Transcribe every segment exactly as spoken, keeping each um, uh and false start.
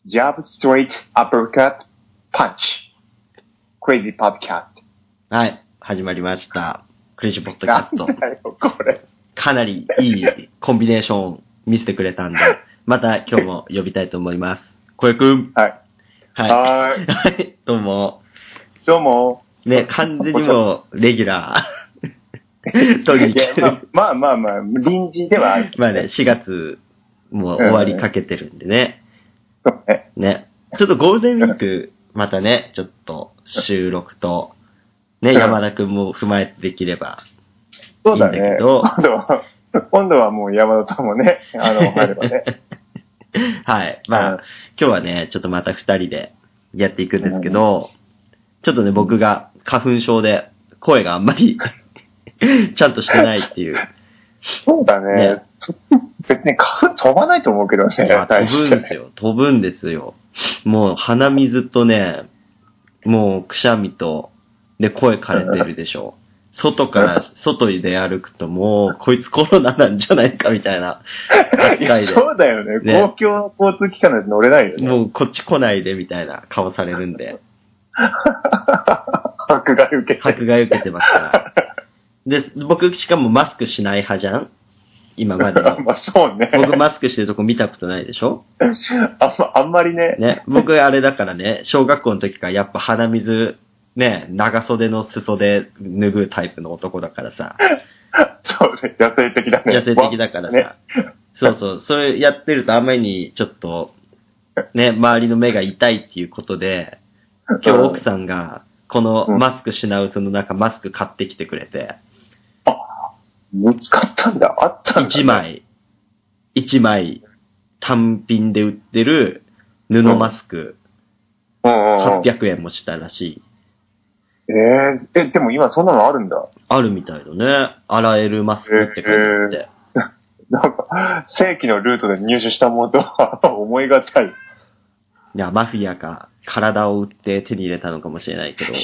Jab straight uppercut punch crazy podcast はい始まりましたクレイジーポッドキャスト。 なんだよこれかなりいいコンビネーション見せてくれたんでまた今日も呼びたいと思います。小江くん。 はいはいはいはいどうもどうもね完全にもうレギュラー取りに来てる。 まあまあまあまあ臨時ではある、 まあねしがつもう終わりかけてるんでね。 そうね。 ね。ちょっとゴールデンウィーク、またね、ちょっと収録と、ね、山田くんも踏まえてできればいいんだけど。 そうだね。今度は、今度はもう山田さんもね、あの、入ればね。 はい。まあ、 うん、 今日はね、ちょっとまた二人でやっていくんですけど、うん、ちょっとね、僕が花粉症で声があんまりちゃんとしてないっていう。 そうだね。ねそっち別に花粉飛ばないと思うけどね。 いや飛ぶんですよ。飛ぶんですよ。もう鼻水とね、もうくしゃみと、で声枯れてるでしょ。外から、外で歩くともう、こいつコロナなんじゃないかみたいな扱いで。 そうだよね。ね公共交通機関なんて乗れないよね。 もうこっち来ないでみたいな顔されるんで。 迫害受けて。 迫害受けてますから。で、僕しかもマスクしない派じゃん今までの。 まあそうね。 僕マスクしてるとこ見たことないでしょあんま、あんまりね。 ね。僕あれだからね、小学校の時からやっぱ鼻水、ね、長袖の裾で脱ぐタイプの男だからさ。 そうね。野生的だね。 野生的だからさ。ね、そうそう。それやってるとあまりにちょっと、ね、周りの目が痛いっていうことで、今日奥さんが、このマスク品薄の中マスク買ってきてくれて。 あ、見つかったんだ。あったんだ、ね。 一枚、一枚単品で売ってる布マスク、うん、はっぴゃくえんもしたらしい。 えー、え、でも今そんなのあるんだ。 あるみたいだね。洗えるマスクって書いてあって。 えー、なんか、正規のルートで入手したものとは思いがたい。 いや、マフィアか、体を売って手に入れたのかもしれないけど。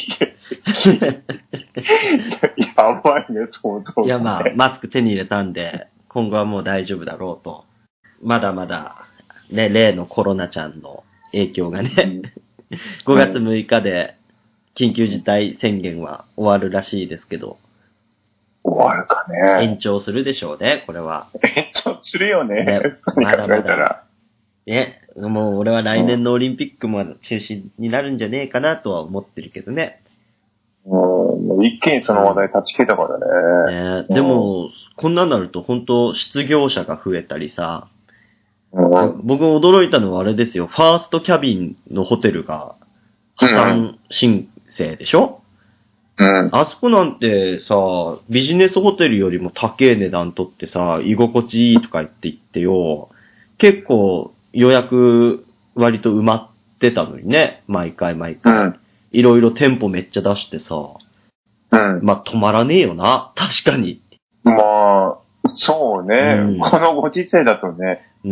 やばいね、そうそう、ね。 いや、まあ、マスク手に入れたんで、今後はもう大丈夫だろうと。まだまだ、ね、例のコロナちゃんの影響がね、うん、ごがつむいかで緊急事態宣言は終わるらしいですけど。 終わるかね。 延長するでしょうね、これは。 延長するよね、ね普通に考えたら。まだまだね、もう俺は来年のオリンピックも中止になるんじゃねえかなとは思ってるけどね。 うん、一気にその話題断ち切ったからね。 ね、でも、こんなになると本当失業者が増えたりさ、うん、僕驚いたのはあれですよ、ファーストキャビンのホテルが破産申請でしょ、うん、あそこなんてさ、ビジネスホテルよりも高い値段取ってさ、居心地いいとか言って言ってよ、結構予約割と埋まってたのにね、毎回毎回。うん、いろいろ店舗めっちゃ出してさ。うん。まあ、止まらねえよな、確かに。 まあ、そうね、うん。このご時世だとね。 うん。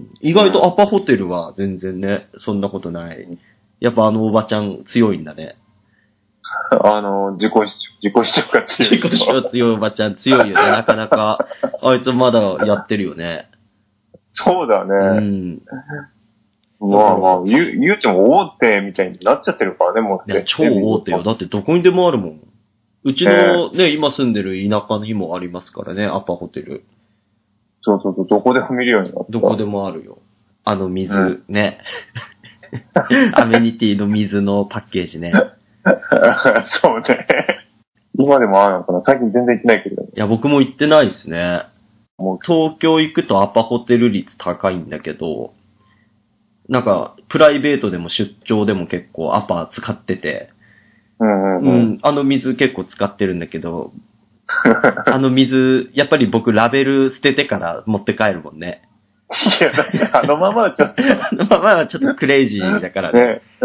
意外とアパホテルは全然ね、そんなことない。やっぱあのおばちゃん強いんだね。 あの、自己主張、自己主張が強い。 自己主張強いおばちゃん強いよね、なかなか。あいつまだやってるよね。 そうだね。うん。まあまあ、ゆ、ゆうちゃんも大手みたいになっちゃってるからね、もう。 いや、超大手よ。だってどこにでもあるもん。うちのね、今住んでる田舎にもありますからね、アパホテル。 そうそうそう、どこでも見るようになった。 どこでもあるよ。あの水、うん、ね。アメニティの水のパッケージね。 そうね。今でもあるのかな、最近全然行ってないけど。いや、僕も行ってないですね。もう東京行くとアパホテル率高いんだけど、なんか、プライベートでも出張でも結構アパ使ってて、うんうんうん、うん、あの水結構使ってるんだけど、あの水、やっぱり僕ラベル捨ててから持って帰るもんね。 いや、だってあのままはちょっと。 あのままはちょっとクレイジーだからね。 ね、うん、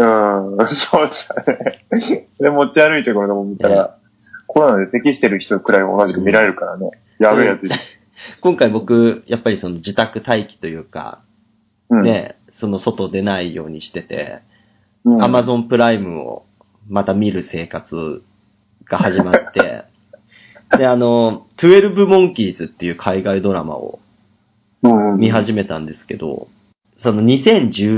そうだね。で、持ち歩いてこれでも見たら、ね、コロナで適してる人くらい同じく見られるからね。うん、やべえやつ、うん。 今回僕、やっぱりその自宅待機というか、うん、ね、その外出ないようにしてて、うん、Amazon プライムをまた見る生活が始まって、で、あの、じゅうにモンキーズっていう海外ドラマを見始めたんですけど、そのにせんじゅう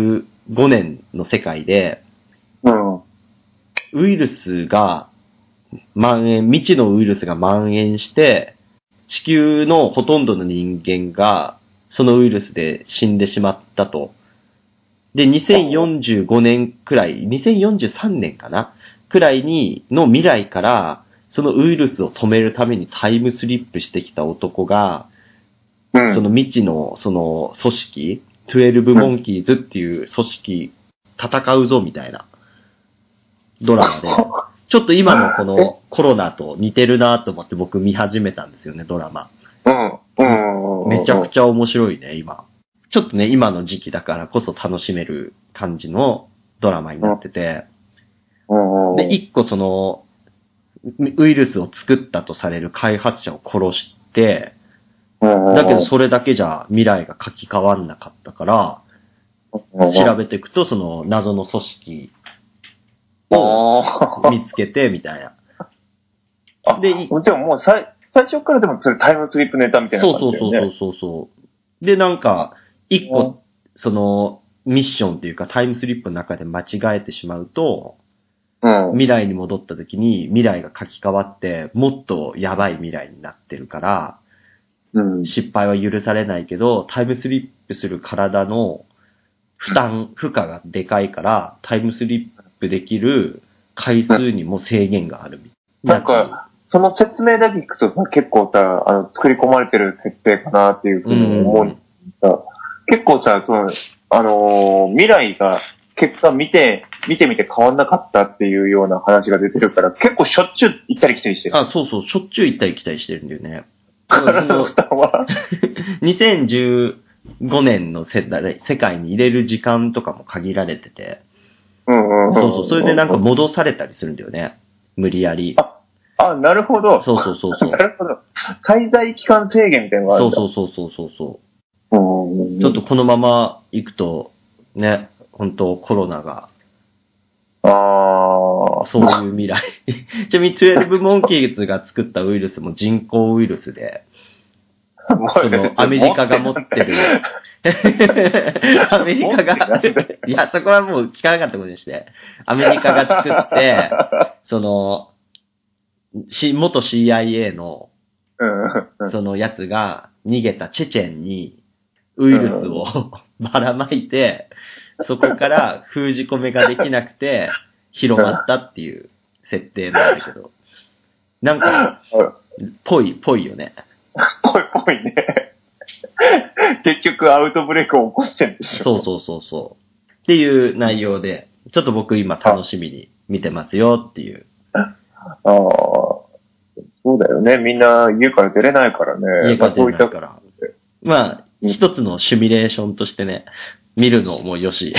ごねんの世界で、 うん。 ウイルスが蔓延、未知のウイルスが蔓延して、地球のほとんどの人間がそのウイルスで死んでしまったと。で、にせんよんじゅうごねんくらい、にせんよんじゅうさんねんかなくらいに、の未来から、そのウイルスを止めるためにタイムスリップしてきた男が、うん、その未知の、その組織、じゅうにモンキーズっていう組織、戦うぞみたいなドラマで、ちょっと今のこのコロナと似てるなと思って僕見始めたんですよね、ドラマ。 うん。うん。 めちゃくちゃ面白いね、今。ちょっとね、今の時期だからこそ楽しめる感じのドラマになってて、 うん、 で、一個その、ウイルスを作ったとされる開発者を殺して、だけどそれだけじゃ未来が書き換わんなかったから、調べていくとその謎の組織を見つけてみたいな。 で、もちろんもう最最初からでもそれタイムスリップネタみたいな感じだよね。 そうそうそうそうそう。で、なんか、一個、その、ミッションっていうかタイムスリップの中で間違えてしまうと、うん、未来に戻った時に未来が書き換わってもっとやばい未来になってるから、うん、失敗は許されないけど、タイムスリップする体の負担、負荷がでかいから、タイムスリップできる回数にも制限があるみたいな。なんか、その説明だけ聞くとさ、結構さ、あの、作り込まれてる設定かなっていうふうに思う、うん、さ、結構さ、その、あのー、未来が結果見て、見てみて変わんなかったっていうような話が出てるから、結構しょっちゅう行ったり来たりしてる。 あ、そうそう、しょっちゅう行ったり来たりしてるんだよね。 体の負担はにせんじゅうごねんの世界に入れる時間とかも限られてて。 うんうんうん。 そうそう、それでなんか戻されたりするんだよね。無理やり。 あ、あ、なるほど。 そうそうそうそう。 なるほど。滞在期間制限みたいなのがあるんだ。 そうそうそうそうそう。 うん。 ちょっとこのまま行くと、ね、本当コロナが。 ああ。 そういう未来。ちなみにじゅうにモンキーズが作ったウイルスも人工ウイルスで、そのアメリカが持ってる。アメリカが、いや、そこはもう聞かなかったことにして、アメリカが作って、その、元 シーアイエー の、そのやつが逃げたチェチェンにウイルスをばらまいて、そこから封じ込めができなくて広まったっていう設定なんだけど。なんか、ぽい、ぽいよね。 ぽいぽいね。結局アウトブレイクを起こしてるんでしょ。 そうそうそうそう。っていう内容で、ちょっと僕今楽しみに見てますよっていう。 ああ、そうだよね。みんな家から出れないからね。 家から出れないから。まあ、一つのシミュレーションとしてね、見るのもよし。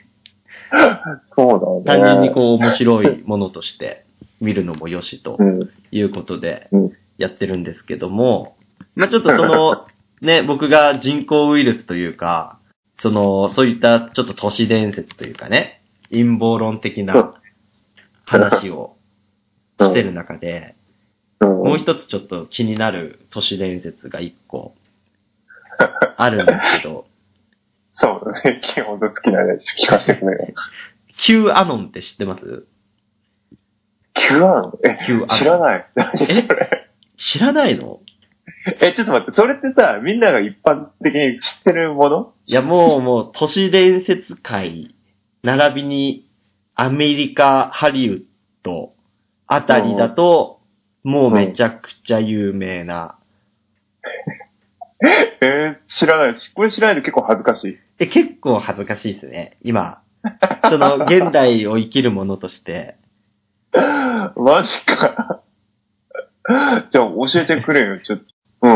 そうだね。 単純にこう面白いものとして見るのもよしということでやってるんですけども、まあちょっとその、ね、僕が人工ウイルスというか、その、そういったちょっと都市伝説というかね、陰謀論的な話をしてる中で、もう一つちょっと気になる都市伝説が一個あるんですけど、 そうだね。基本と好きなやつ聞かせてくれよ。 Q アノンって知ってます？ Q アノンえ、Q アノン知らない。何それ。 知らないの？ え、ちょっと待って、それってさ、みんなが一般的に知ってるもの？ いや、もう、もう、都市伝説界、並びに、アメリカ、ハリウッド、あたりだと、もうめちゃくちゃ有名な。 えー、知らない。これ知らないと結構恥ずかしい。 え、結構恥ずかしいですね。今。その、現代を生きるものとして。 マジか。じゃあ、教えてくれよ、ちょっと。うん。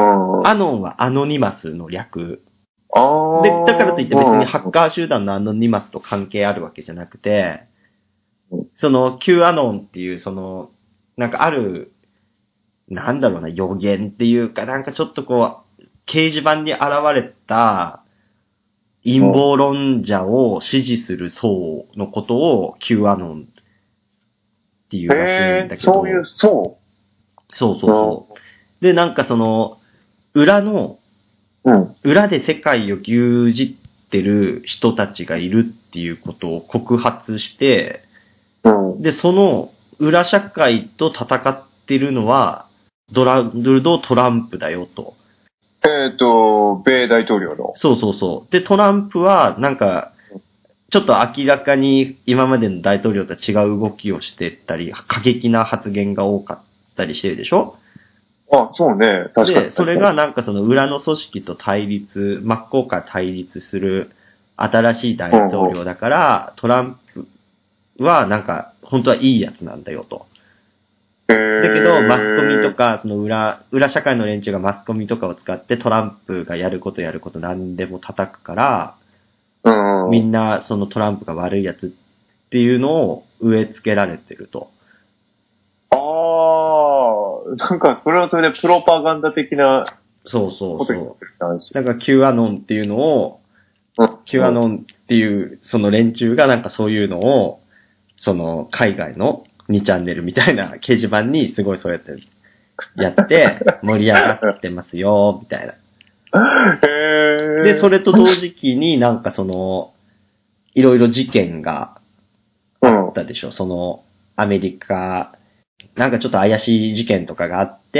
アノンはアノニマスの略。 あで、だからといって別にハッカー集団のアノニマスと関係あるわけじゃなくて、その Q アノンっていう、その、なんかある、なんだろうな、予言っていうか、なんかちょっとこう、掲示板に現れた陰謀論者を支持する層のことを Q アノンっていうらしいんだけど。 そういう層？ そうそうそう。で、なんかその、裏の、 うん、 裏で世界を牛耳っってる人たちがいるっていうことを告発して、 うん、 で、その裏社会と戦ってるのは、ドナルド・トランプだよと。 えっ、ー、と、米大統領の。 そうそうそう。で、トランプは、なんか、ちょっと明らかに今までの大統領とは違う動きをしてたり、過激な発言が多かったりしてるでしょ？ あ、そうね。確かに。 で、それがなんかその裏の組織と対立、真っ向から対立する新しい大統領だから、トランプはなんか本当はいいやつなんだよと。 へー。 だけど、マスコミとか、その裏、裏社会の連中がマスコミとかを使ってトランプがやることやること何でも叩くから、 うん、 みんなそのトランプが悪いやつっていうのを植え付けられてると。 ああ、なんかそれはそれでプロパガンダ的なそうそうことになっそてる話。 う。だから Q アノンっていうのを、 うん、 Q アノンっていうその連中がなんかそういうのを、その海外のにチャンネルみたいな掲示板にすごいそうやってやって盛り上がってますよ、みたいな。 へー。 で、それと同時期になんかその、いろいろ事件があったでしょ。その、アメリカ、なんかちょっと怪しい事件とかがあって、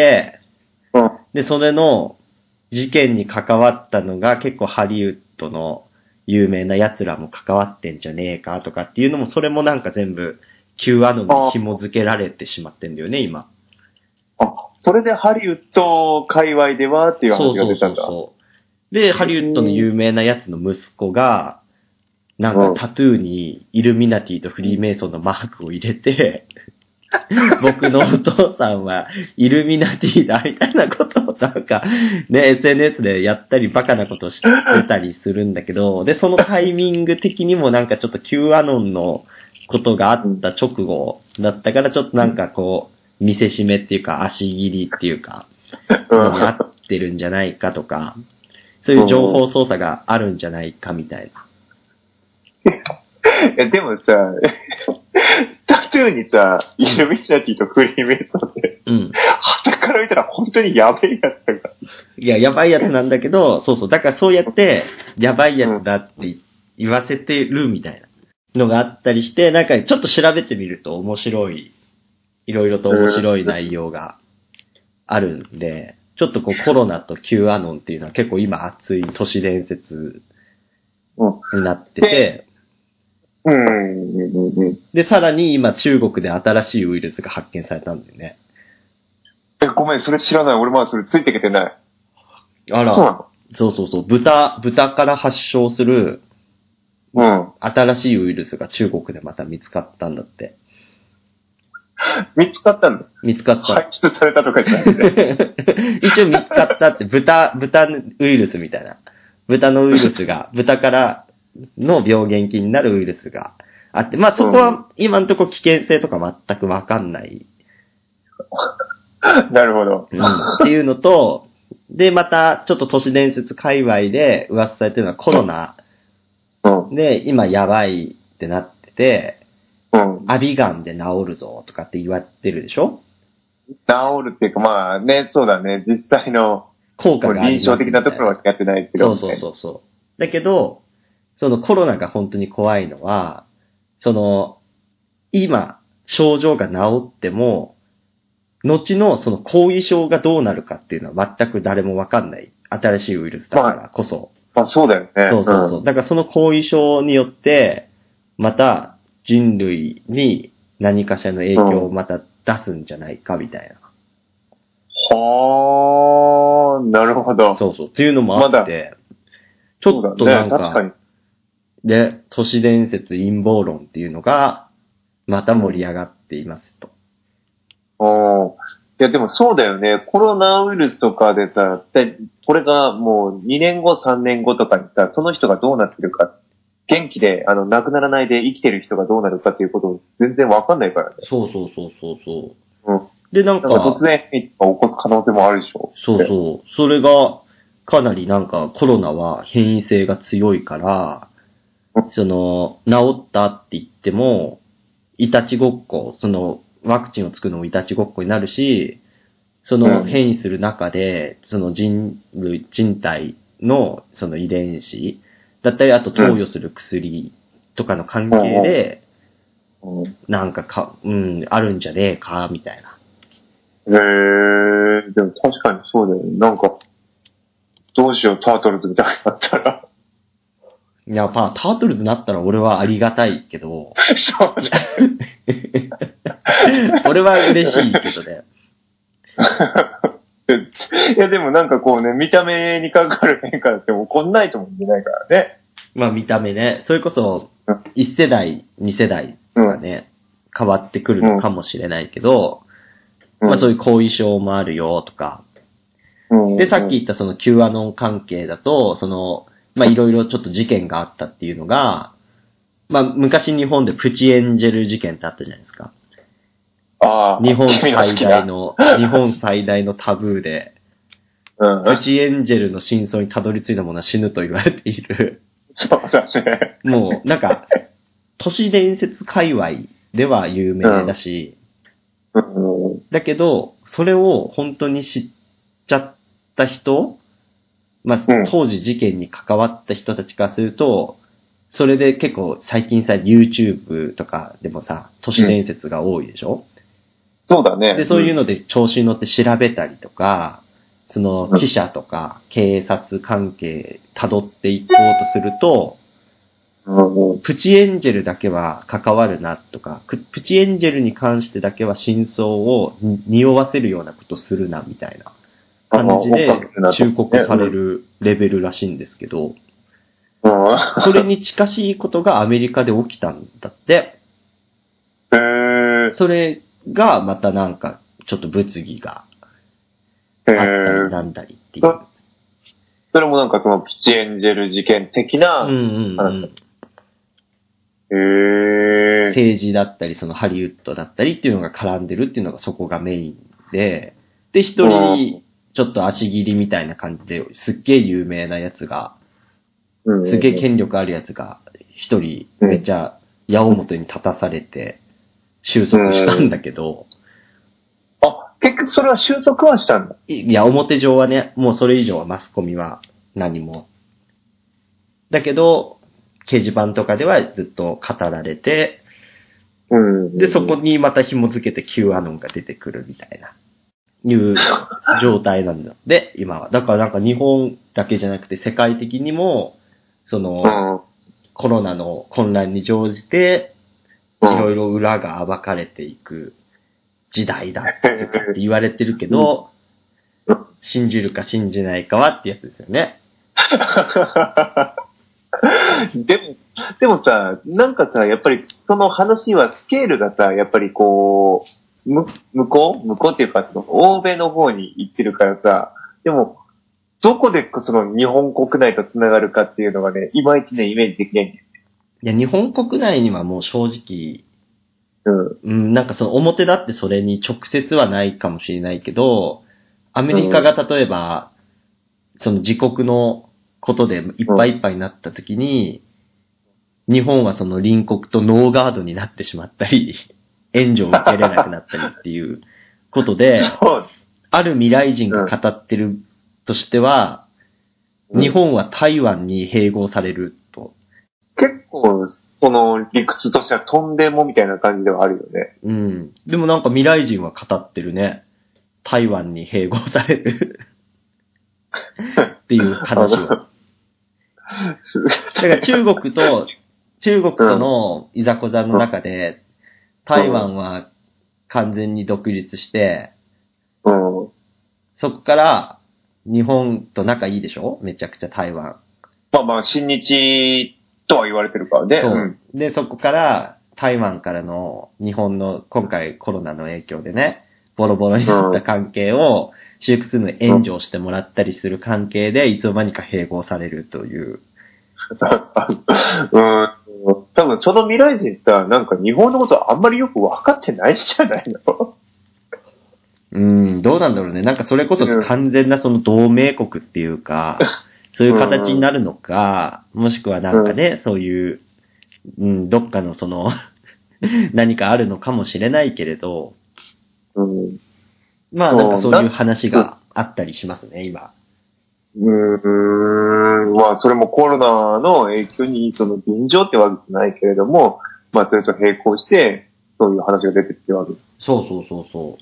うん、 で、それの事件に関わったのが結構ハリウッドの有名な奴らも関わってんじゃねえかとかっていうのも、それもなんか全部 Q アノンに紐付けられてしまってんだよね、今。 あ、それでハリウッド界隈ではっていう話が出たんだ。そうそうそうそう。で、ハリウッドの有名なやつの息子が、なんかタトゥーにイルミナティとフリーメイソンのマークを入れて、僕のお父さんはイルミナティだみたいなことをなんかね、エスエヌエス でやったりバカなことしてたりするんだけど、で、そのタイミング的にもなんかちょっと Q アノンのことがあった直後だったからちょっとなんかこう、見せしめっていうか足切りっていうか、なってるんじゃないかとか、そういう情報操作があるんじゃないかみたいな。 いや、でもさ、タトゥーにさ、イルミナティとフリーメイソンで、うん。旗から見たら本当にやべえやつだから。 いや、やばいやつなんだけど、そうそう、だからそうやって、やばいやつだって言わせてるみたいなのがあったりして、なんかちょっと調べてみると面白い、いろいろと面白い内容があるんで、ちょっとこうコロナと Q アノンっていうのは結構今熱い都市伝説になってて、 うん、 で、さらに今中国で新しいウイルスが発見されたんだよね。 え、ごめん、それ知らない。俺まだそれついてきてない。 あら。そうなの？そうそうそう。豚、豚から発症する、 うん。 新しいウイルスが中国でまた見つかったんだって。 見つかったんだ。 見つかった。 排出されたとかじゃなくて。 一応見つかったって、豚、豚ウイルスみたいな。豚のウイルスが、豚からの病原菌になるウイルスがあって、まあそこは今のところ危険性とか全くわかんない。 なるほど、 うん。っていうのと、で、またちょっと都市伝説界隈で噂されてるのはコロナ。 うん、 で、今やばいってなってて、 うん、 アビガンで治るぞとかって言われてるでしょ？ 治るっていうか、まあね、そうだね、実際の効果があります。 臨床的なところはやってないけど、 ね。そうそうそうそう。だけど、そのコロナが本当に怖いのは、その、今、症状が治っても、後のその後遺症がどうなるかっていうのは全く誰もわかんない。新しいウイルスだからこそ。 まあ、まあ、そうだよね。 そうそうそう。うん、だからその後遺症によって、また人類に何かしらの影響をまた出すんじゃないかみたいな。 はー、なるほど。 そうそう。っていうのもあって、ちょっとなんか、 確かに。 で、都市伝説陰謀論っていうのが、また盛り上がっていますと。 おー。いや、でもそうだよね。コロナウイルスとかでさ、これがもうにねんご、さんねんごとかにさ、その人がどうなってるか、元気で、あの、亡くならないで生きてる人がどうなるかっていうことを全然わかんないからね。 そうそうそうそうそう。うん。 で、なんか、 なんか突然変異が起こす可能性もあるでしょ。 そうそう。それが、かなりなんかコロナは変異性が強いから、その、治ったって言っても、いたちごっこ、その、ワクチンを作るのもいたちごっこになるし、その変異する中で、その人類、人体のその遺伝子だったり、あと投与する薬とかの関係で、 うん、 なんかか、うん、あるんじゃねえか、みたいな。 へえ、でも確かにそうだよね。なんか、どうしよう、タートルズみたいになったら。 いや、まあ、タートルズになったら俺はありがたいけど。 そう俺は嬉しいけどね。 いや、でもなんかこうね、見た目にかかる変化って起こんないとも言えないからね。 まあ見た目ね、それこそ、いち世代、に世代とかね、うん、変わってくるのかもしれないけど、うん、まあそういう後遺症もあるよとか、うん、で、さっき言ったその Q アノン関係だと、その、まあいろいろちょっと事件があったっていうのが、まあ昔日本でプチエンジェル事件ってあったじゃないですか。 ああ、 日本最大の、日本最大のタブーで、うん、プチエンジェルの真相にたどり着いた者は死ぬと言われている。 そうだね。 もう、なんか、都市伝説界隈では有名だし、 うんうん、 だけど、それを本当に知っちゃった人、まあ、うん、当時事件に関わった人たちからすると、それで結構最近さ、YouTube とかでもさ、都市伝説が多いでしょ、うん、 そうだね。 で、そういうので調子に乗って調べたりとか、その記者とか警察関係辿っていこうとすると、 うん、 プチエンジェルだけは関わるなとか、プチエンジェルに関してだけは真相を匂わせるようなことするなみたいな感じで忠告されるレベルらしいんですけど、それに近しいことがアメリカで起きたんだって。 へー。 それがまたなんかちょっと物議があったりなんだりっていう。 それもなんかそのプチエンジェル事件的な話。うんうんうんへー。 政治だったり、そのハリウッドだったりっていうのが絡んでるっていうのがそこがメインで、で、一人、ちょっと足切りみたいな感じですっげえ有名なやつが、すっげえ権力あるやつが、一人めっちゃ矢面に立たされて収束したんだけど、 あ、結局それは収束はしたんだ。 いや、表上はね、もうそれ以上はマスコミは何も。だけど、掲示板とかではずっと語られて、 うん、 で、そこにまた紐付けて Q アノンが出てくるみたいな、いう状態なんだって、今は。だからなんか日本だけじゃなくて世界的にも、その、うん、コロナの混乱に乗じて、いろいろ裏が暴かれていく時代だとかって言われてるけど、うん、信じるか信じないかはってやつですよね。 でも、でもさ、なんかさ、やっぱりその話はスケールがさ、やっぱりこう、む、向こう向こうっていうか、その欧米の方に行ってるからさ、でも、どこでその日本国内と繋がるかっていうのがね、いまいちね、イメージできないんだよね。 いや、日本国内にはもう正直、うん、うん、なんかその表だってそれに直接はないかもしれないけど、アメリカが例えば、うん、その自国のことでいっぱいいっぱいになった時に、うん、日本はその隣国とノーガードになってしまったり、援助を受けれなくなったりっていうことで、ある未来人が語ってるとしては、うん、日本は台湾に併合されると。 結構、その理屈としてはとんでもみたいな感じではあるよね。 うん。でもなんか未来人は語ってるね。台湾に併合されるっていう話を。だから中国と、中国とのいざこざの中で、台湾は完全に独立して、 うん、 そこから日本と仲いいでしょ？めちゃくちゃ台湾。 まあまあ、親日とは言われてるからね。 そう。うん、で、そこから台湾からの日本の今回コロナの影響でね、ボロボロになった関係を修復するのに援助をしてもらったりする関係で、いつの間にか併合されるという。 うん、多分その未来人さ、なんか日本のことあんまりよく分かってないんじゃないの？ うん、どうなんだろうね。なんかそれこそ完全なその同盟国っていうか、そういう形になるのか、もしくはなんかね、うん、そういう、うん、どっかのその、何かあるのかもしれないけれど、 うん、 まあなんかそういう話があったりしますね、今。 うーん、まあそれもコロナの影響にその便乗ってわけじゃないけれども、まあそれと並行して、そういう話が出てきてるわけ。 そうそうそうそう。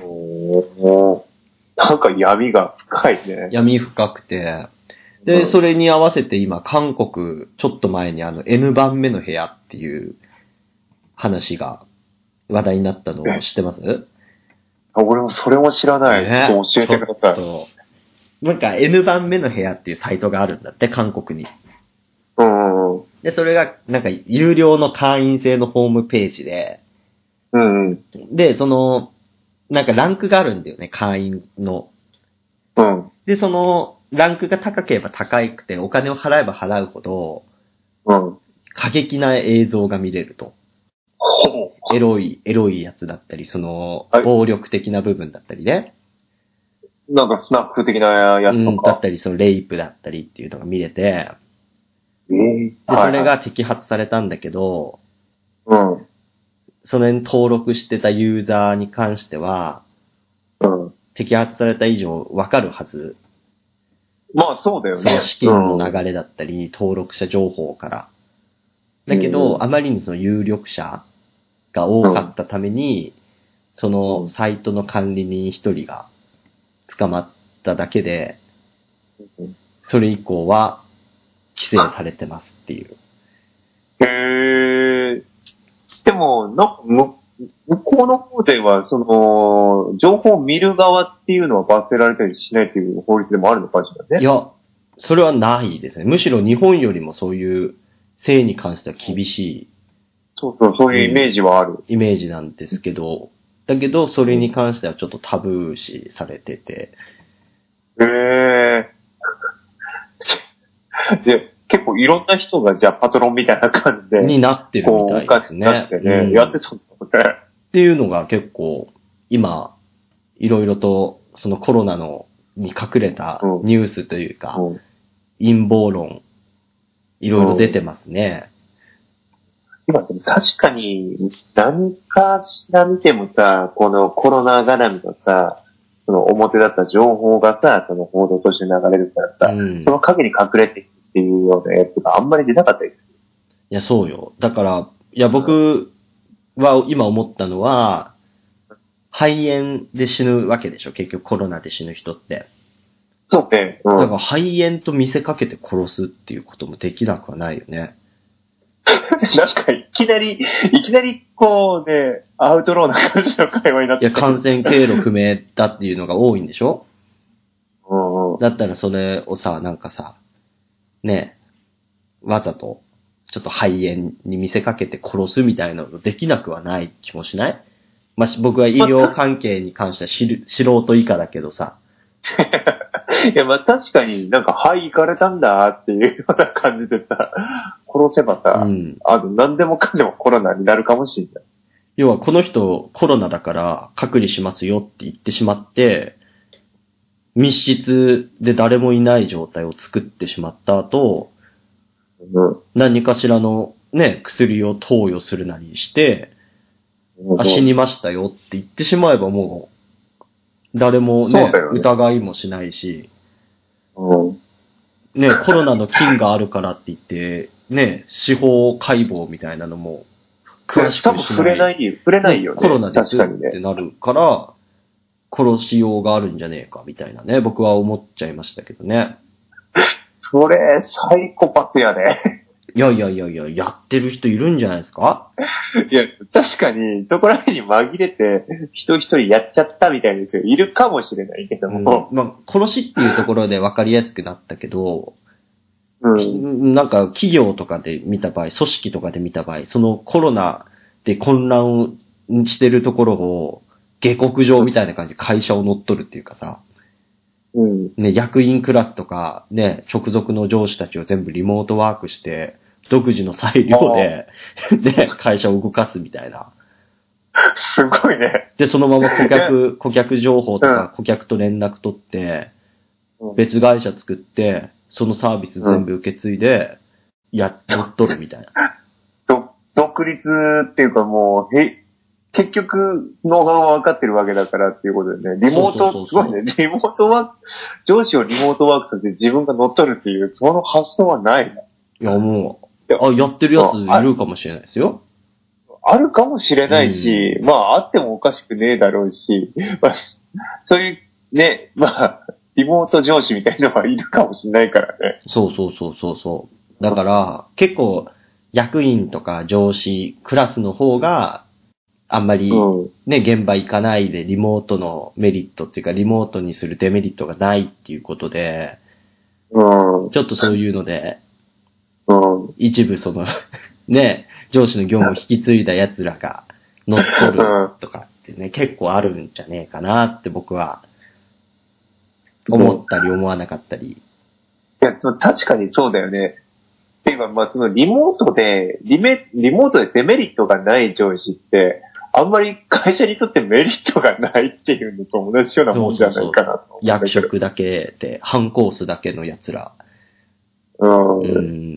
おー、なんか闇が深いね。 闇深くて、で、うん、それに合わせて今、韓国、ちょっと前にあの N 番目の部屋っていう話が話題になったのを知ってます？ あ、俺もそれも知らない。ね、ちょっと教えてください。 なんか N 番目の部屋っていうサイトがあるんだって、韓国に。 うんうん。 で、それがなんか有料の会員制のホームページで、 うんうん。 で、その、なんかランクがあるんだよね、会員の。 うん。 で、その、ランクが高ければ高くて、お金を払えば払うほど、 うん。 過激な映像が見れると。 ほう。 エロい、エロいやつだったり、その、暴力的な部分だったりね。 なんかスナック的なやつとか。 うん、だったり、そのレイプだったりっていうのが見れて、 えー、 で、それが摘発されたんだけど、 うん。 それに登録してたユーザーに関しては、 うん。 摘発された以上わかるはず。 まあそうだよね。 その資金の流れだったり、うん、登録者情報から。だけど、うん、あまりにその有力者が多かったために、うん、そのサイトの管理人一人が捕まっただけで、うん、それ以降は規制されてますっていう。 へー。でも、な向こうの方では、その、情報を見る側っていうのは罰せられたりしないっていう法律でもあるのかしらね。 いや、それはないですね。むしろ日本よりもそういう性に関しては厳しい。 そうそう、そういうイメージはある。 イメージなんですけど、だけど、それに関してはちょっとタブー視されてて。 へえー。で、結構いろんな人がじゃあパトロンみたいな感じで。 になってるみたいですね。 こう、出してね、うん、やってたんだね。 っていうのが結構、今、いろいろと、そのコロナの、に隠れたニュースというか、うん、陰謀論、いろいろ出てますね。 うん、今でも確かに、何かしら見てもさ、このコロナ絡みのさ、その表だった情報がさ、その報道として流れるからさ、うん、その陰に隠れてっていうようなやつがあんまり出なかったりする。 いや、そうよ。だから、いや、僕は今思ったのは、肺炎で死ぬわけでしょ、結局コロナで死ぬ人って。 そうね。 うん。だから肺炎と見せかけて殺すっていうこともできなくはないよね。 確かに、いきなり、いきなりこうね、アウトローな感じの会話になっていや、感染経路不明だっていうのが多いんでしょ。 うんうん。 だったらそれをさ、なんかさ、ね、わざと、ちょっと肺炎に見せかけて殺すみたいなのできなくはない気もしない？まあ、僕は医療関係に関しては知る素人以下だけどさ。 いや、まあ確かになんか、はい、行かれたんだっていうような感じでさ、殺せばさ、うん、あの、何でもかんでもコロナになるかもしれない。 要はこの人コロナだから隔離しますよって言ってしまって、密室で誰もいない状態を作ってしまった後、うん、何かしらのね、薬を投与するなりして、うん、あ、死にましたよって言ってしまえばもう、誰も ね, ね疑いもしないし、うん、ね、コロナの菌があるからって言って、ね、司法解剖みたいなのも詳しくしない。多分触れないよ、触れないよね。 コロナですってなるから、殺しようがあるんじゃねえかみたいなね、僕は思っちゃいましたけどね。 それ、サイコパスやね。 いやいやいやいや、やってる人いるんじゃないですか？ いや、確かに、そこら辺に紛れて、人一人やっちゃったみたいですよ。いるかもしれないけども。 うん、まあ、殺しっていうところで分かりやすくなったけど、 うん、 なんか企業とかで見た場合、組織とかで見た場合、そのコロナで混乱してるところを、下克上みたいな感じで会社を乗っ取るっていうかさ、 うん、 ね、役員クラスとか、ね、直属の上司たちを全部リモートワークして、独自の裁量で、で、会社を動かすみたいな。 すごいね。 で、そのまま顧客、顧客情報とか顧客と連絡取って、別会社作って、そのサービス全部受け継いで、やっとっとるみたいな。 ど、独立っていうかもう、へ、 結局、ノウハウは分かってるわけだからっていうことでね、リモート、すごいね、リモートワーク、上司をリモートワークさせて自分が乗っ取るっていう、その発想はない。 いや、もう、あ、やってるやついるかもしれないですよ。 あるかもしれないし、うん、まあ、あってもおかしくねえだろうし、まあ、そういう、ね、まあ、リモート上司みたいなのはいるかもしれないからね。 そうそうそうそうそう。だから、結構、役員とか上司、クラスの方が、あんまりね、うん、現場行かないでリモートのメリットっていうか、リモートにするデメリットがないっていうことで、うん、ちょっとそういうので、うん、一部その、ね、上司の業務を引き継いだ奴らが乗っ取るとかってね、結構あるんじゃねえかなって僕は、思ったり思わなかったり。いや、確かにそうだよね。っていうか、まあ、そのリモートで、リメ、リモートでデメリットがない上司って、あんまり会社にとってメリットがないっていうのと同じようなもんじゃないかなと思う。 役職だけで、反コースだけの奴ら。 うん。 うん。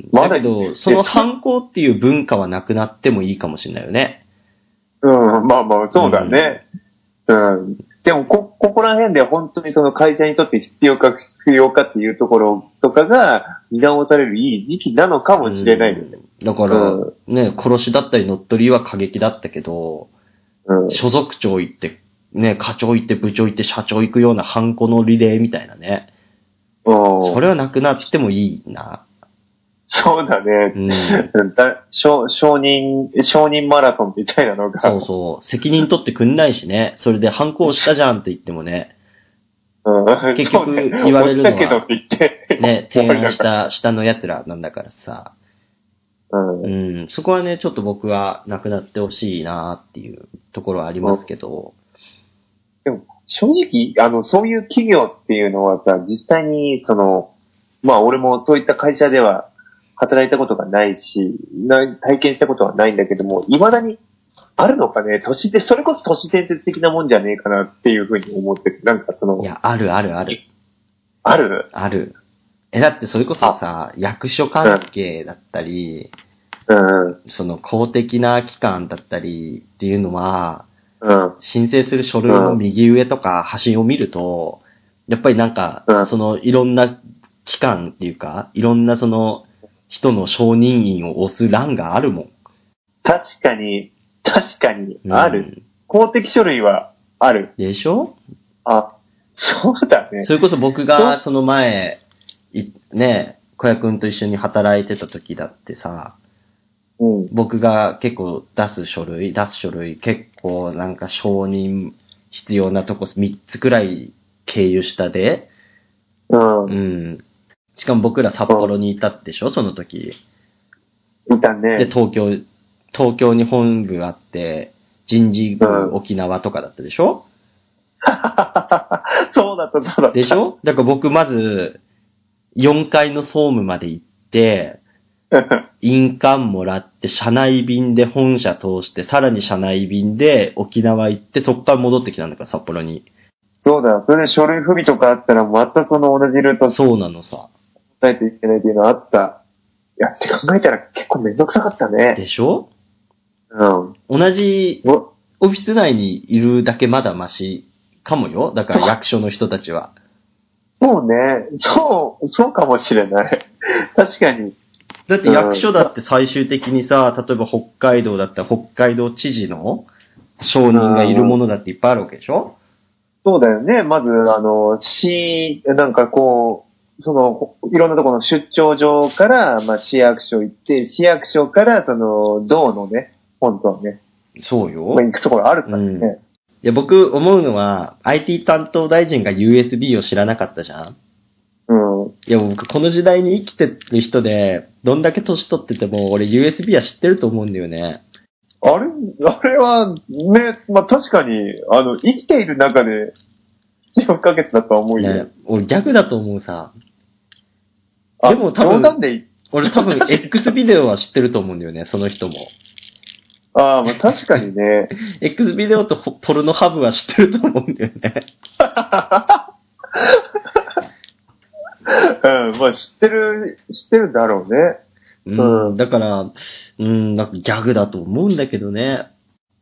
だけど、その反抗っていう文化はなくなってもいいかもしれないよね。 うん、まあまあ、そうだね。うん。うん、でも、こ、ここら辺で本当にその会社にとって必要か不要かっていうところとかが見直されるいい時期なのかもしれないよね。 うん、だから、うん、ね、殺しだったり乗っ取りは過激だったけど、うん、所属長行って、ね、課長行って部長行って社長行くようなハンコのリレーみたいなね。それはなくなってもいいな。 そうだね。うん、だ承認、承認マラソンみたいなのが。 そうそう。責任取ってくんないしね。それでハンコしたじゃんって言ってもね。 うん、 結局言われるのは、 ね、けどって言ってね、提案した下の奴らなんだからさ。 うん、 うん。そこはね、ちょっと僕はなくなってほしいなっていうところはありますけど。 でも、正直、あの、そういう企業っていうのはさ、実際に、その、まあ俺もそういった会社では働いたことがないし、体験したことはないんだけども、未だにあるのかね、都市で、それこそ都市伝説的なもんじゃねえかなっていうふうに思ってて、なんかその。 いや、あるあるある。 あるある。え、だってそれこそさ、役所関係だったり、 うん、 その公的な機関だったりっていうのは、 うん、 申請する書類の右上とか端を見ると、やっぱりなんか、 うん、 そのいろんな機関っていうか、いろんなその人の承認印を押す欄があるもん。 確かに、確かに、ある、うん。公的書類はある。 でしょ？ あ、そうだね。 それこそ僕がその前、ね、小屋くんと一緒に働いてた時だってさ、うん、僕が結構出す書類、出す書類結構なんか承認必要なとこみっつくらい経由したで、 うん。 うん。しかも僕ら札幌にいたでしょ、その時。 いたね。 で、東京、東京に本部あって、人事部沖縄とかだったでしょ、 うん、そうだった、そうだった。 でしょ？だから僕まず、よんかいの総務まで行って、印鑑もらって、社内便で本社通して、さらに社内便で沖縄行って、そっから戻ってきたんだから、札幌に。 そうだ、それで書類不備とかあったら、またその同じルート。 そうなのさ。 答えていけないっていうのはあった。いや、って考えたら結構めんどくさかったね。 でしょ？ うん。 同じ、オフィス内にいるだけまだマシかもよ。だから役所の人たちは。 そうね。そう、そうかもしれない。確かに。 だって役所だって最終的にさ、例えば北海道だったら北海道知事の承認がいるものだっていっぱいあるわけでしょ？ そうだよね。まず、あの、市、なんかこう、その、いろんなところの出張所から、まあ、市役所行って、市役所から、その、道のね、本当はね。 そうよ。 まあ、行くところあるからね。うん、 いや、僕思うのは、アイティー 担当大臣が ユーエスビー を知らなかったじゃん？ うん。 いや、僕この時代に生きてる人で、どんだけ年取ってても、俺 ユーエスビー は知ってると思うんだよね。 あれ、あれは、ね、まあ、確かに、あの、生きている中で、必要不可欠だとは思うよ。 ね、俺逆だと思うさ。でも多分、 冗談で俺多分 X ビデオは知ってると思うんだよね、その人も。 ああ、まあ確かにね。 X ビデオとポルノハブは知ってると思うんだよね。 うん、まあ知ってる、知ってるだろうね。 うん、うん、だから、うん、なんかギャグだと思うんだけどね。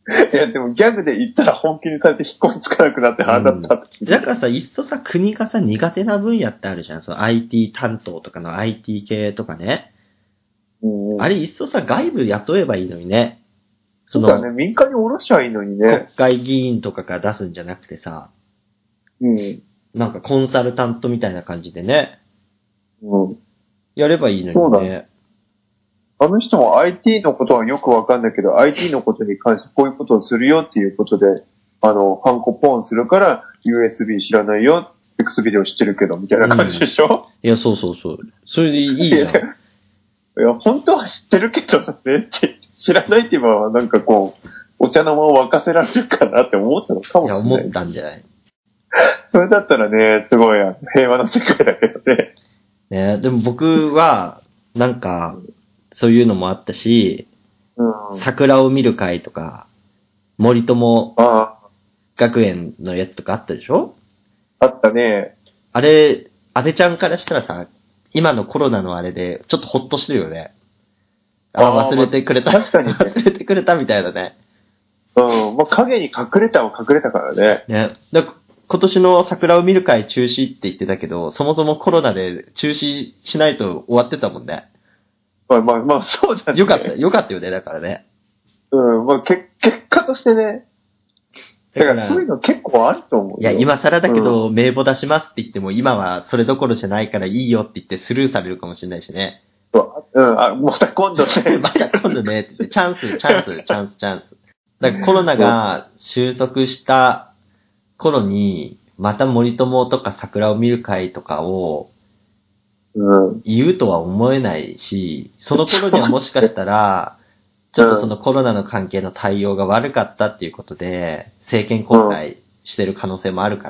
いや、でもギャグで言ったら本気にされて引っ込みつかなくなって腹立ったって、 うん。だからさ、いっそさ、国がさ、苦手な分野ってあるじゃん。その アイティー 担当とかの アイティー 系とかね。 うん、 あれ、いっそさ、外部雇えばいいのにね。 そのそうだね、民間に下ろしゃいいのにね。 国会議員とかが出すんじゃなくてさ。 うん。 なんかコンサルタントみたいな感じでね。 うん。 やればいいのにね。 そうだね。あの人も アイティー のことはよくわかんないけど、アイティー のことに関してこういうことをするよっていうことで、あの、ハンコポンするから ユーエスビー 知らないよ、X ビデオ知ってるけど、みたいな感じでしょ、うん、 いや、そうそうそう。それでいいじゃん。いや、 いや本当は知ってるけどねって知らないって言えば、なんかこう、お茶の間を沸かせられるかなって思ったのかもしれない。いや、 思ったんじゃない。 それだったらね、すごい平和な世界だけどね。 ね、でも僕は、なんか、そういうのもあったし、うん、桜を見る会とか、森友学園のやつとかあったでしょ？ あったね。 あれ、安倍ちゃんからしたらさ、今のコロナのあれで、ちょっとほっとしてるよね。ああ、忘れてくれた。 まあ、確かに、ね。 忘れてくれたみたいだね。 うん、まあ、影に隠れたは隠れたからね。 ね。だ今年の桜を見る会中止って言ってたけど、そもそもコロナで中止しないと終わってたもんね。 まあまあまあ、そうだね。 よかった、よかったよね、だからね。 うん、まあ、け結果としてね。だからそういうの結構あると思うよ。 いや、今更だけど、うん、名簿出しますって言っても、今はそれどころじゃないからいいよって言ってスルーされるかもしれないしね。 うん、あ、また今度ね。 また今度ね、って言って、チャンス、チャンス、チャンス、チャンス。だからコロナが収束した頃に、また森友とか桜を見る会とかを、言うとは思えないし、その頃にはもしかしたら、ちょっとそのコロナの関係の対応が悪かったっていうことで、政権交代してる可能性もあるから、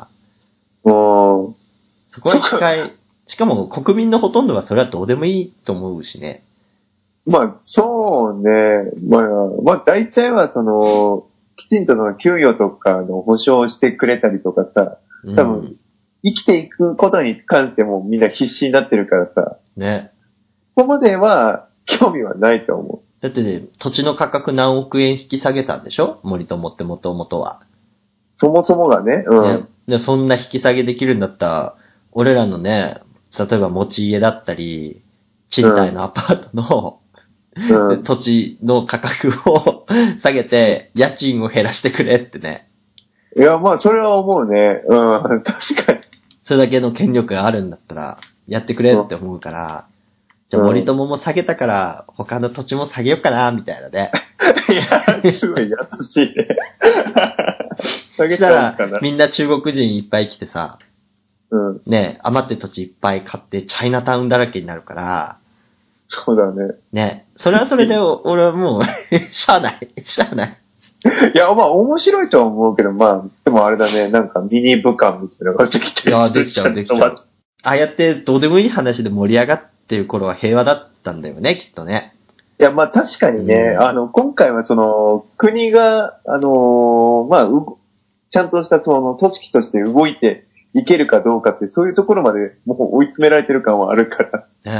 そこは一回、しかも国民のほとんどはそれはどうでもいいと思うしね。 まあ、そうね。まあ、まあ大体はその、きちんとその給与とかの保障してくれたりとかさ、多分、うん生きていくことに関してもみんな必死になってるからさ。 ね。 ここまでは興味はないと思う。 だってね、土地の価格何億円引き下げたんでしょ？森友ってもともとは。 そもそもがね。うん。ね、 でそんな引き下げできるんだったら、俺らのね、例えば持ち家だったり、賃貸のアパートの、うん、土地の価格を下げて、家賃を減らしてくれってね。 いや、まあ、それは思うね。うん、確かに。 それだけの権力があるんだったら、やってくれって思うから、うん、じゃあ森友も下げたから、他の土地も下げようかな、みたいなね。 いや、すごい優しいね。 下げたら、みんな中国人いっぱい来てさ、 うん、 ね、余って土地いっぱい買って、チャイナタウンだらけになるから、 そうだね。 ね、それはそれで、俺はもう、しゃあない、しゃあない。 いや、まあ、面白いとは思うけど、まあ、でもあれだね、なんかミニ武漢みたいなのができてる。 いや、できちゃう、できちゃう。ああやってどうでもいい話で盛り上がってる頃は平和だったんだよね、きっとね。 いや、まあ確かにね、うん、あの、今回はその、国が、あのー、まあ、う、ちゃんとしたその、組織として動いていけるかどうかって、そういうところまでもう追い詰められてる感はあるから。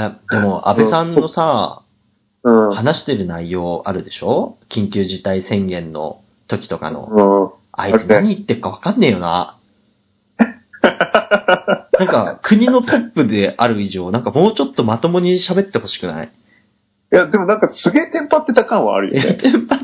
ね、でも、安倍さんのさ、 うん、 話してる内容あるでしょ？緊急事態宣言の時とかの。うん、あいつ何言ってるか分かんねえよな。なんか、国のトップである以上、なんかもうちょっとまともに喋ってほしくない？ いや、でもなんかすげえテンパってた感はあるよね。 テンパって、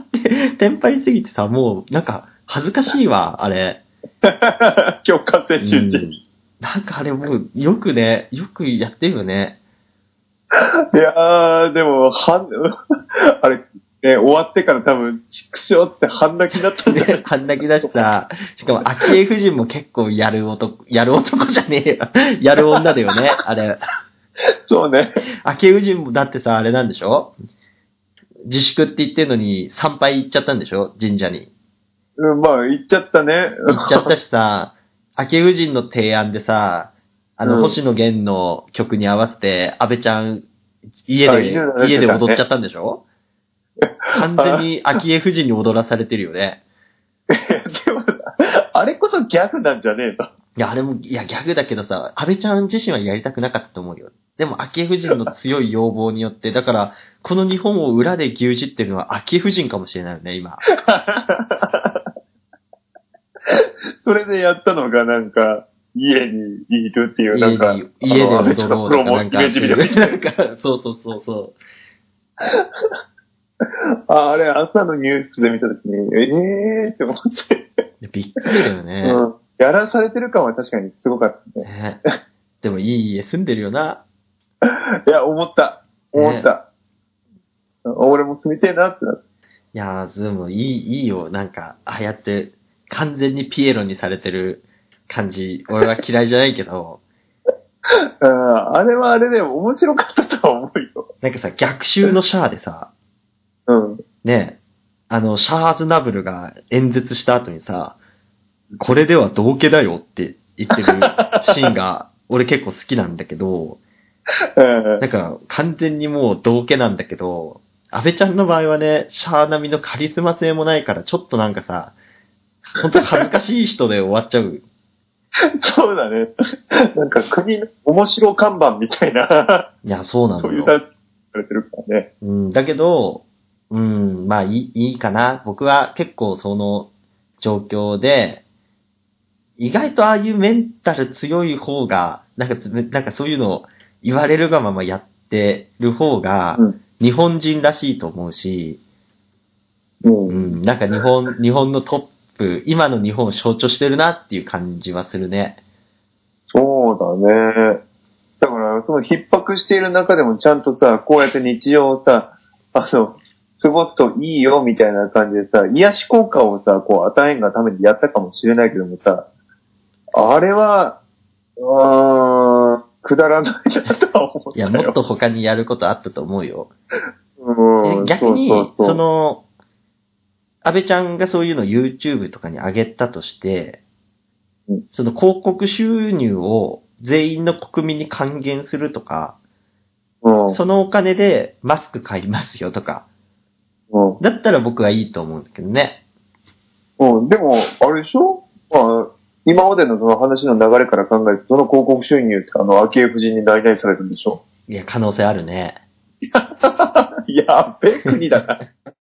テンパりすぎてさ、もう、なんか、恥ずかしいわ、あれ。 共感性周知、うん。 なんかあれもう、よくね、よくやってるよね。 いやー、でも、はん、あれ、ね、終わってから多分、ちくしょうって半泣きだったんだよね。 半泣きだしさ、しかも、昭恵夫人も結構やる男、やる男じゃねえよ。やる女だよね、あれ。 そうね。 昭恵夫人もだってさ、あれなんでしょ？自粛って言ってんのに参拝行っちゃったんでしょ？神社に。 うん、まあ、行っちゃったね。 行っちゃったしさ、昭恵夫人の提案でさ、あの、うん、星野源の曲に合わせて、安倍ちゃん、家で、家で踊っちゃったんでしょ？完全に昭恵夫人に踊らされてるよね。 でも、あれこそギャグなんじゃねえの？ いや、あれも、いや、ギャグだけどさ、安倍ちゃん自身はやりたくなかったと思うよ。 でも昭恵夫人の強い要望によって、だから、この日本を裏で牛耳ってるのは昭恵夫人かもしれないよね、今。 それでやったのがなんか、家にいるっていう、なんか、 家に、家で踊ろうとか、なんか、 イメージビデオみたいな。 なんか、そうそうそうそう。 ああれ、朝のニュースで見たときに、ええーって思って。 びっくりだよね。 うん。やらされてる感は確かにすごかったね。 ねでもいい家住んでるよな。 いや、思った。思った。ね、俺も住みてえなってなった。 いやー、ズームいい、いいよ。なんか、ああやって完全にピエロにされてる感じ。俺は嫌いじゃないけど。 うん、あれはあれで面白かったとは思うよ。 なんかさ、逆襲のシャアでさ、 うん。 ね、あの、シャアーズナブルが演説した後にさ、これでは道家だよって言ってるシーンが、俺結構好きなんだけど、なんか完全にもう道家なんだけど、安倍ちゃんの場合はね、シャア並みのカリスマ性もないから、ちょっとなんかさ、本当に恥ずかしい人で終わっちゃう。 そうだね。なんか国の面白看板みたいな。 いや、そうなのよ。 そういうされてるからね。 うん、だけど、うん、まあいい、いいかな。僕は結構その状況で、意外とああいうメンタル強い方が、なんか、なんかそういうのを言われるがままやってる方が、日本人らしいと思うし、 うん、 うん、なんか日本、日本のトップ、今の日本を象徴してるなっていう感じはするね。 そうだね。だから、その逼迫している中でもちゃんとさ、こうやって日常をさ、あの、過ごすといいよみたいな感じでさ、癒し効果をさ、こう与えんがためにやったかもしれないけどもさ、あれは、うーん、くだらないなとは思ったよ。 いや、もっと他にやることあったと思うよ。 うん、 逆に、 そうそうそうその、安倍ちゃんがそういうのを YouTube とかに上げたとして、うん、その広告収入を全員の国民に還元するとか、うん、そのお金でマスク買いますよとか、うん、だったら僕はいいと思うんだけどね。 うん、でも、あれでしょ、まあ、今までのその話の流れから考えると、その広告収入ってあの、昭恵夫人に代替されるんでしょ？ いや、可能性あるね。 やっべえ国だな。